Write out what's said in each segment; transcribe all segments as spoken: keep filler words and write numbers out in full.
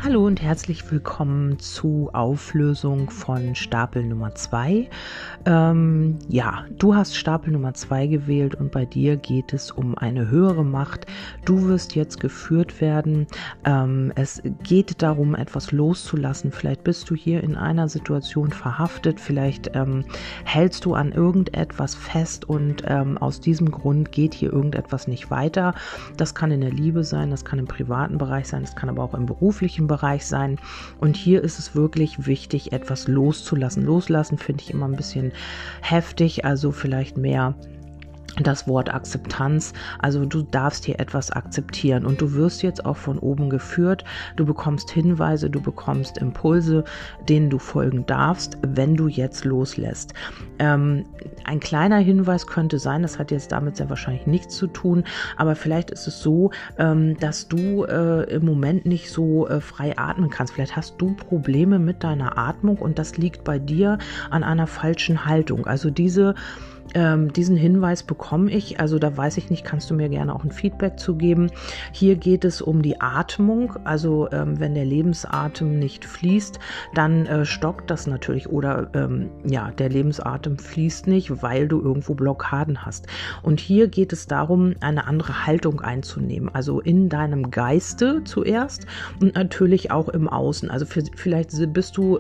Hallo und herzlich willkommen zu Auflösung von Stapel Nummer zwei. Ähm, ja, du hast Stapel Nummer zwei gewählt und bei dir geht es um eine höhere Macht. Du wirst jetzt geführt werden. Ähm, es geht darum, etwas loszulassen. Vielleicht bist du hier in einer Situation verhaftet. Vielleicht ähm, hältst du an irgendetwas fest und ähm, aus diesem Grund geht hier irgendetwas nicht weiter. Das kann in der Liebe sein, das kann im privaten Bereich sein, das kann aber auch im beruflichen Bereich sein. Und hier ist es wirklich wichtig, etwas loszulassen. Loslassen finde ich immer ein bisschen heftig, also vielleicht mehr das Wort Akzeptanz. Also du darfst hier etwas akzeptieren und du wirst jetzt auch von oben geführt. Du bekommst Hinweise, du bekommst Impulse, denen du folgen darfst, wenn du jetzt loslässt. Ähm, ein kleiner Hinweis könnte sein, das hat jetzt damit sehr wahrscheinlich nichts zu tun, aber vielleicht ist es so, ähm, dass du äh, im Moment nicht so äh, frei atmen kannst. Vielleicht hast du Probleme mit deiner Atmung und das liegt bei dir an einer falschen Haltung. Also diese Ähm, diesen Hinweis bekomme ich, also da weiß ich nicht, kannst du mir gerne auch ein Feedback zu geben. Hier geht es um die Atmung, also ähm, wenn der Lebensatem nicht fließt, dann äh, stockt das natürlich oder ähm, ja, der Lebensatem fließt nicht, weil du irgendwo Blockaden hast. Und hier geht es darum, eine andere Haltung einzunehmen, also in deinem Geiste zuerst und natürlich auch im Außen. Also für, vielleicht bist du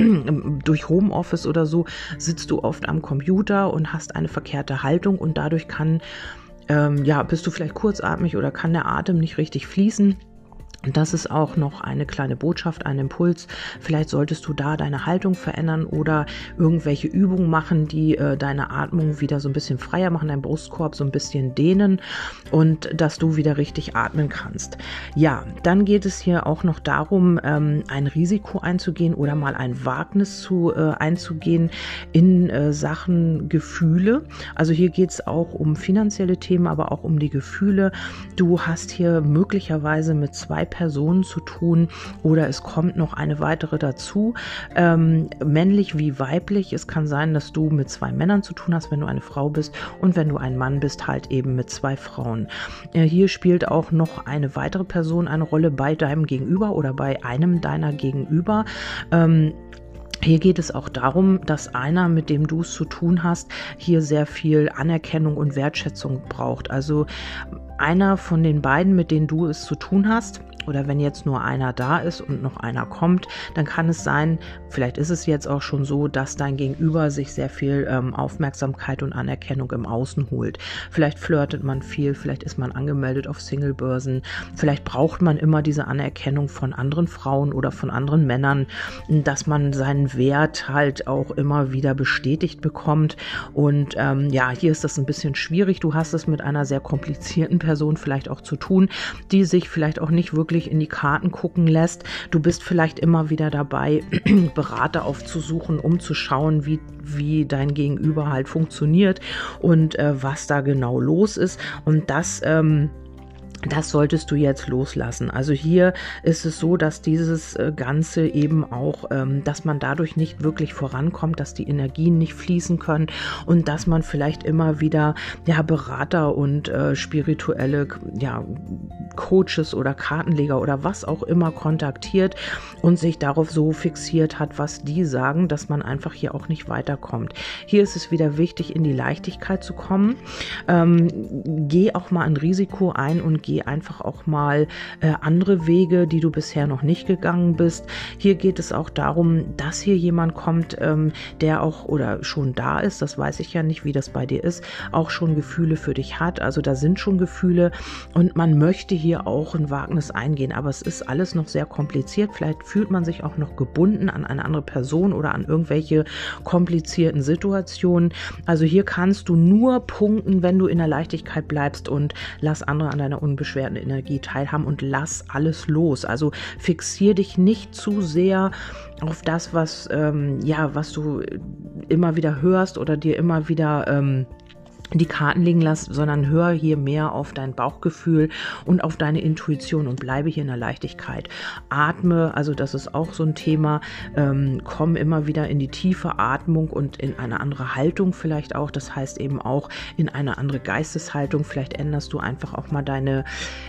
durch Homeoffice oder so, sitzt du oft am Computer und hast eine verkehrte Haltung und dadurch kann, ähm, ja, bist du vielleicht kurzatmig oder kann der Atem nicht richtig fließen. Und das ist auch noch eine kleine Botschaft, ein Impuls. Vielleicht solltest du da deine Haltung verändern oder irgendwelche Übungen machen, die äh, deine Atmung wieder so ein bisschen freier machen, deinen Brustkorb so ein bisschen dehnen und dass du wieder richtig atmen kannst. Ja, dann geht es hier auch noch darum, ähm, ein Risiko einzugehen oder mal ein Wagnis zu, äh, einzugehen in äh, Sachen Gefühle. Also hier geht es auch um finanzielle Themen, aber auch um die Gefühle. Du hast hier möglicherweise mit zwei Personen zu tun oder es kommt noch eine weitere dazu, ähm, männlich wie weiblich. Es kann sein, dass du mit zwei Männern zu tun hast, wenn du eine Frau bist und wenn du ein Mann bist, halt eben mit zwei Frauen. Äh, hier spielt auch noch eine weitere Person eine Rolle bei deinem Gegenüber oder bei einem deiner Gegenüber. Ähm, Hier geht es auch darum, dass einer, mit dem du es zu tun hast, hier sehr viel Anerkennung und Wertschätzung braucht. Also einer von den beiden, mit denen du es zu tun hast, oder wenn jetzt nur einer da ist und noch einer kommt, dann kann es sein, vielleicht ist es jetzt auch schon so, dass dein Gegenüber sich sehr viel ähm, Aufmerksamkeit und Anerkennung im Außen holt. Vielleicht flirtet man viel, vielleicht ist man angemeldet auf Singlebörsen, vielleicht braucht man immer diese Anerkennung von anderen Frauen oder von anderen Männern, dass man seinen Wert halt auch immer wieder bestätigt bekommt. Und ähm, ja, hier ist das ein bisschen schwierig. Du hast es mit einer sehr komplizierten Person vielleicht auch zu tun, die sich vielleicht auch nicht wirklich in die Karten gucken lässt. Du bist vielleicht immer wieder dabei, Berater aufzusuchen, um zu schauen, wie, wie dein Gegenüber halt funktioniert und äh, was da genau los ist. Und das ähm, Das solltest du jetzt loslassen. Also hier ist es so, dass dieses Ganze eben auch, ähm, dass man dadurch nicht wirklich vorankommt, dass die Energien nicht fließen können und dass man vielleicht immer wieder ja, Berater und äh, spirituelle ja, Coaches oder Kartenleger oder was auch immer kontaktiert und sich darauf so fixiert hat, was die sagen, dass man einfach hier auch nicht weiterkommt. Hier ist es wieder wichtig, in die Leichtigkeit zu kommen. Ähm, geh auch mal ein Risiko ein und geh einfach auch mal äh, andere Wege, die du bisher noch nicht gegangen bist. Hier geht es auch darum, dass hier jemand kommt, ähm, der auch oder schon da ist, das weiß ich ja nicht, wie das bei dir ist, auch schon Gefühle für dich hat. Also da sind schon Gefühle und man möchte hier auch ein Wagnis eingehen, aber es ist alles noch sehr kompliziert. Vielleicht fühlt man sich auch noch gebunden an eine andere Person oder an irgendwelche komplizierten Situationen. Also hier kannst du nur punkten, wenn du in der Leichtigkeit bleibst und lass andere an deiner unbeschwerten Energie teilhaben und lass alles los. Also fixier dich nicht zu sehr auf das, was, ähm, ja, was du immer wieder hörst oder dir immer wieder ähm, die Karten liegen lässt, sondern hör hier mehr auf dein Bauchgefühl und auf deine Intuition und bleibe hier in der Leichtigkeit. Atme, also das ist auch so ein Thema, ähm, komm immer wieder in die tiefe Atmung und in eine andere Haltung vielleicht auch, das heißt eben auch in eine andere Geisteshaltung. Vielleicht änderst du einfach auch mal deine,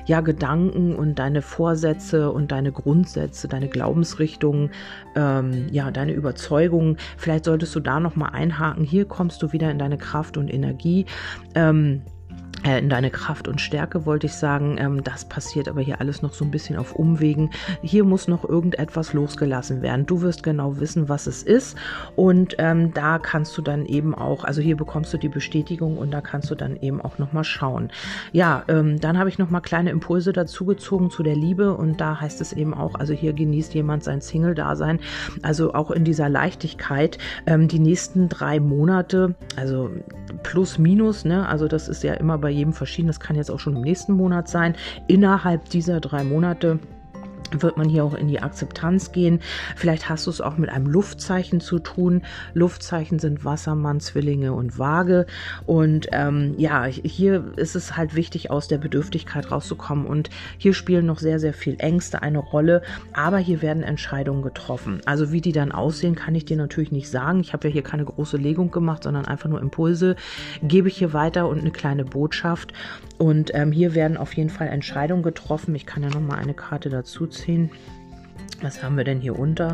ja, Gedanken und deine Vorsätze und deine Grundsätze, deine Glaubensrichtungen, ähm, ja, deine Überzeugungen. Vielleicht solltest du da nochmal einhaken. Hier kommst du wieder in deine Kraft und Energie. Ähm, in deine Kraft und Stärke, wollte ich sagen. Das passiert aber hier alles noch so ein bisschen auf Umwegen. Hier muss noch irgendetwas losgelassen werden. Du wirst genau wissen, was es ist, und ähm, da kannst du dann eben auch, also hier bekommst du die Bestätigung und da kannst du dann eben auch nochmal schauen. Ja, ähm, dann habe ich nochmal kleine Impulse dazu gezogen zu der Liebe, und da heißt es eben auch, also hier genießt jemand sein Single-Dasein, also auch in dieser Leichtigkeit, ähm, die nächsten drei Monate, also plus minus, ne, also das ist ja immer bei jedem verschieden, das kann jetzt auch schon im nächsten Monat sein. Innerhalb dieser drei Monate wird man hier auch in die Akzeptanz gehen. Vielleicht hast du es auch mit einem Luftzeichen zu tun. Luftzeichen sind Wassermann, Zwillinge und Waage. Und ähm, ja, hier ist es halt wichtig, aus der Bedürftigkeit rauszukommen. Und hier spielen noch sehr, sehr viel Ängste eine Rolle. Aber hier werden Entscheidungen getroffen. Also wie die dann aussehen, kann ich dir natürlich nicht sagen. Ich habe ja hier keine große Legung gemacht, sondern einfach nur Impulse. Gebe ich hier weiter und eine kleine Botschaft. Und ähm, hier werden auf jeden Fall Entscheidungen getroffen. Ich kann ja noch mal eine Karte dazu ziehen. Was haben wir denn hier unter?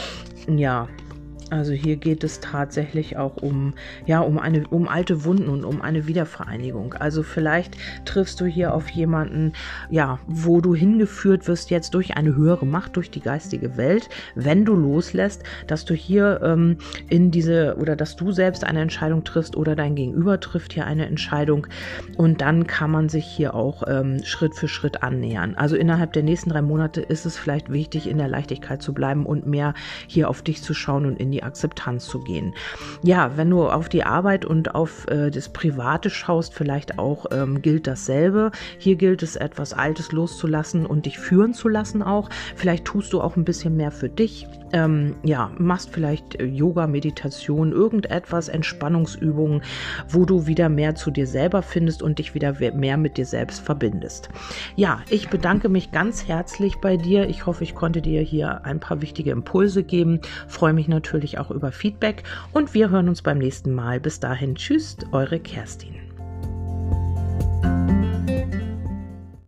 Ja, also hier geht es tatsächlich auch um, ja, um eine, um alte Wunden und um eine Wiedervereinigung. Also vielleicht triffst du hier auf jemanden, ja, wo du hingeführt wirst jetzt durch eine höhere Macht, durch die geistige Welt, wenn du loslässt, dass du hier ähm, in diese, oder dass du selbst eine Entscheidung triffst oder dein Gegenüber trifft hier eine Entscheidung, und dann kann man sich hier auch ähm, Schritt für Schritt annähern. Also innerhalb der nächsten drei Monate ist es vielleicht wichtig, in der Leichtigkeit zu bleiben und mehr hier auf dich zu schauen und in die Akzeptanz zu gehen. Ja, wenn du auf die Arbeit und auf äh, das Private schaust, vielleicht auch ähm, gilt dasselbe. Hier gilt es, etwas Altes loszulassen und dich führen zu lassen auch. Vielleicht tust du auch ein bisschen mehr für dich. Ähm, ja, machst vielleicht äh, Yoga, Meditation, irgendetwas, Entspannungsübungen, wo du wieder mehr zu dir selber findest und dich wieder mehr mit dir selbst verbindest. Ja, ich bedanke mich ganz herzlich bei dir. Ich hoffe, ich konnte dir hier ein paar wichtige Impulse geben. Freue mich natürlich auch über Feedback, und wir hören uns beim nächsten Mal. Bis dahin, tschüss, eure Kerstin.